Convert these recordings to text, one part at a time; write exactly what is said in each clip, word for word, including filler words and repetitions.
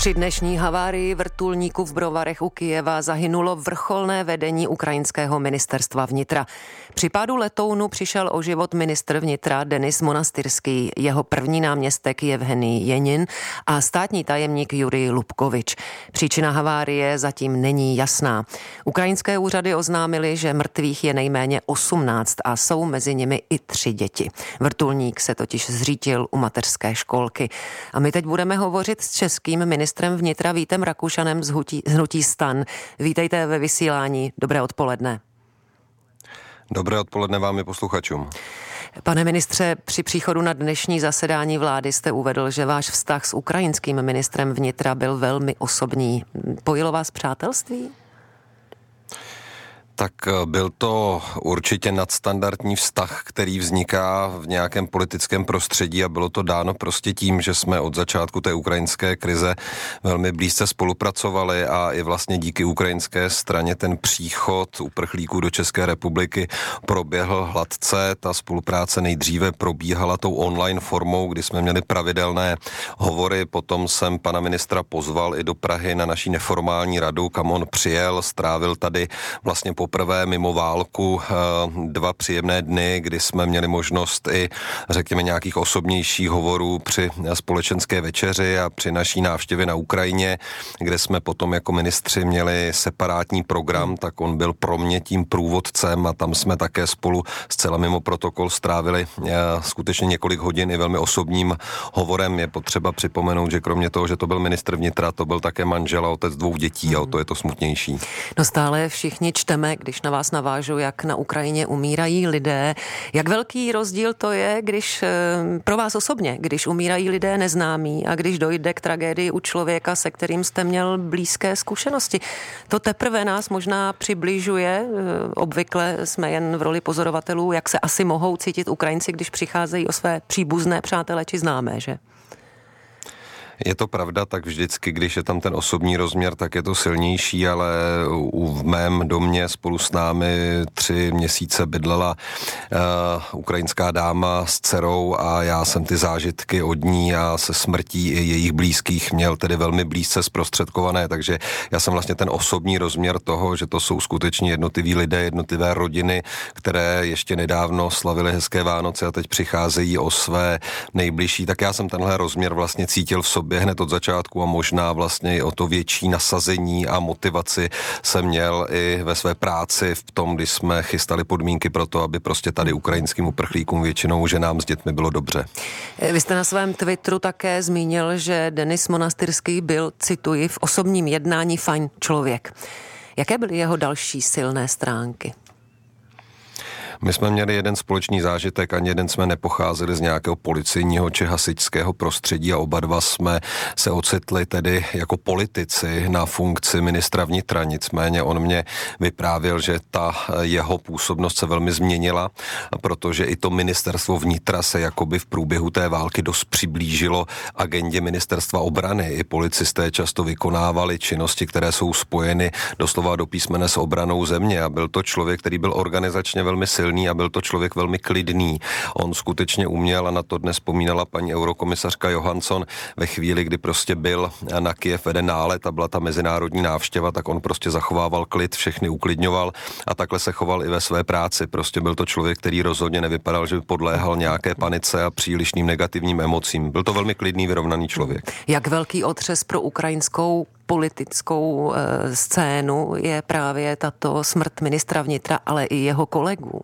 Při dnešní havárii vrtulníku v Brovarech u Kyjeva zahynulo vrcholné vedení ukrajinského ministerstva vnitra. Při pádu letounu přišel o život ministr vnitra Denis Monastyrský, jeho první náměstek Jevhenij Jenin a státní tajemník Jurij Lubkovič. Příčina havárie zatím není jasná. Ukrajinské úřady oznámily, že mrtvých je nejméně osmnáct a jsou mezi nimi i tři děti. Vrtulník se totiž zřítil u mateřské školky. A my teď budeme hovořit s českým ministrem vnitra Vítem Rakušanem z hnutí, z hnutí STAN. Vítejte ve vysílání. Dobré odpoledne. Dobré odpoledne vám i posluchačům. Pane ministře, při příchodu na dnešní zasedání vlády jste uvedl, že váš vztah s ukrajinským ministrem vnitra byl velmi osobní. Pojilo vás přátelství? Tak byl to určitě nadstandardní vztah, který vzniká v nějakém politickém prostředí a bylo to dáno prostě tím, že jsme od začátku té ukrajinské krize velmi blízce spolupracovali a i vlastně díky ukrajinské straně ten příchod uprchlíků do České republiky proběhl hladce. Ta spolupráce nejdříve probíhala tou online formou, kdy jsme měli pravidelné hovory, potom jsem pana ministra pozval i do Prahy na naší neformální radu, kam on přijel, strávil tady vlastně po poprvé mimo válku dva příjemné dny, kdy jsme měli možnost i, řekněme, nějakých osobnějších hovorů při společenské večeři a při naší návštěvě na Ukrajině, kde jsme potom jako ministři měli separátní program, tak on byl pro mě tím průvodcem a tam jsme také spolu zcela mimo protokol strávili skutečně několik hodin i velmi osobním hovorem. Je potřeba připomenout, že kromě toho, že to byl ministr vnitra, to byl také manžel a otec dvou dětí a o to je to smutnější. No stále všichni čteme, když na vás navážu, jak na Ukrajině umírají lidé. Jak velký rozdíl to je, když pro vás osobně, když umírají lidé neznámí a když dojde k tragédii u člověka, se kterým jste měl blízké zkušenosti. To teprve nás možná přibližuje. Obvykle jsme jen v roli pozorovatelů, jak se asi mohou cítit Ukrajinci, když přicházejí o své příbuzné přátele či známé, že? Je to pravda, tak vždycky, když je tam ten osobní rozměr, tak je to silnější, ale u, v mém domě spolu s námi tři měsíce bydlela uh, ukrajinská dáma s dcerou a já jsem ty zážitky od ní a se smrtí i jejich blízkých měl tedy velmi blízce zprostředkované, takže já jsem vlastně ten osobní rozměr toho, že to jsou skutečně jednotliví lidé, jednotlivé rodiny, které ještě nedávno slavily hezké Vánoce a teď přicházejí o své nejbližší, tak já jsem tenhle rozměr vlastně cítil v sobě hned od začátku a možná vlastně i o to větší nasazení a motivaci jsem měl i ve své práci v tom, když jsme chystali podmínky pro to, aby prostě tady ukrajinským uprchlíkům, většinou ženám s dětmi, bylo dobře. Vy jste na svém Twitteru také zmínil, že Denis Monastyrský byl, cituji, v osobním jednání fajn člověk. Jaké byly jeho další silné stránky? My jsme měli jeden společný zážitek, ani jeden jsme nepocházeli z nějakého policejního či hasičského prostředí a oba dva jsme se ocitli tedy jako politici na funkci ministra vnitra. Nicméně on mě vyprávěl, že ta jeho působnost se velmi změnila, protože i to ministerstvo vnitra se jakoby v průběhu té války dost přiblížilo agendě ministerstva obrany. I policisté často vykonávali činnosti, které jsou spojeny doslova do písmene s obranou země a byl to člověk, který byl organizačně velmi silný a byl to člověk velmi klidný. On skutečně uměl, a na to dnes vzpomínala paní eurokomisařka Johansson, ve chvíli, kdy prostě byl na Kyjev veden nálet a byla ta mezinárodní návštěva, tak on prostě zachovával klid, všechny uklidňoval a takhle se choval i ve své práci. Prostě byl to člověk, který rozhodně nevypadal, že by podléhal nějaké panice a přílišným negativním emocím. Byl to velmi klidný, vyrovnaný člověk. Jak velký otřes pro ukrajinskou politickou e, scénu je právě tato smrt ministra vnitra, ale i jeho kolegů?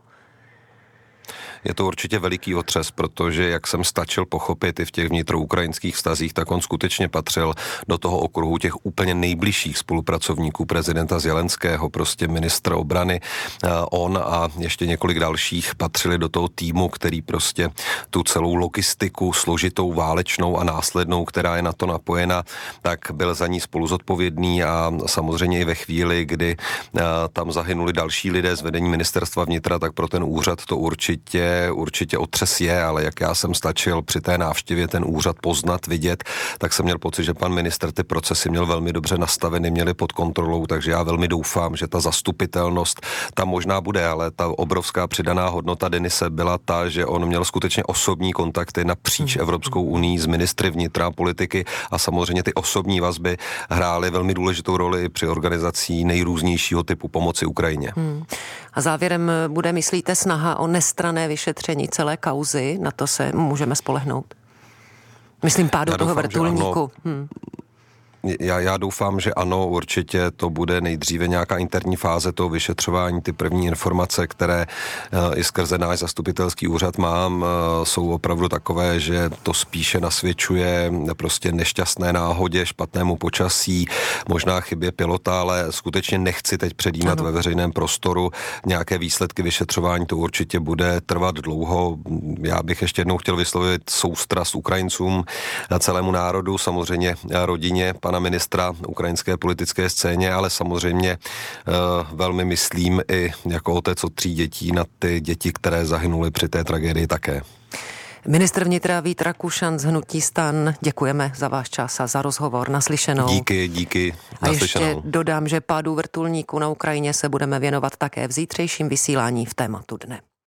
Je to určitě veliký otřes, protože jak jsem stačil pochopit i v těch vnitroukrajinských vztazích, tak on skutečně patřil do toho okruhu těch úplně nejbližších spolupracovníků prezidenta Zelenského, prostě ministra obrany. On a ještě několik dalších patřili do toho týmu, který prostě tu celou logistiku složitou, válečnou a následnou, která je na to napojena, tak byl za ní spolu zodpovědný a samozřejmě i ve chvíli, kdy tam zahynuli další lidé z vedení ministerstva vnitra, tak pro ten úřad to určitě určitě, určitě otřes je, ale jak já jsem stačil při té návštěvě ten úřad poznat, vidět, tak jsem měl pocit, že pan ministr ty procesy měl velmi dobře nastaveny, měli pod kontrolou, takže já velmi doufám, že ta zastupitelnost tam možná bude, ale ta obrovská přidaná hodnota Denise byla ta, že on měl skutečně osobní kontakty napříč Evropskou unii s ministry vnitra, politiky a samozřejmě ty osobní vazby hrály velmi důležitou roli při organizací nejrůznějšího typu pomoci Ukrajině. Hmm. A závěrem bude, myslíte, snaha o nestranné vyšetření celé kauzy? Na to se můžeme spolehnout? Myslím pádu toho vrtulníku. Hmm. Já, já doufám, že ano, určitě to bude nejdříve nějaká interní fáze toho vyšetřování. Ty první informace, které uh, i skrze náš zastupitelský úřad mám, uh, jsou opravdu takové, že to spíše nasvědčuje prostě nešťastné náhodě, špatnému počasí, možná chybě pilota, ale skutečně nechci teď předjímat ano. ve veřejném prostoru nějaké výsledky vyšetřování. To určitě bude trvat dlouho. Já bych ještě jednou chtěl vyslovit soustrast Ukrajincům, celému národu, samozřejmě rodině pana ministra ukrajinské politické scéně, ale samozřejmě uh, velmi myslím i jako otec od tří dětí na ty děti, které zahynuly při té tragédii také. Ministr vnitra Vít Rakušan z hnutí STAN, děkujeme za váš čas a za rozhovor. Naslyšenou. Díky, díky. Naslyšenou. A ještě dodám, že pádu vrtulníku na Ukrajině se budeme věnovat také v zítřejším vysílání v tématu dne.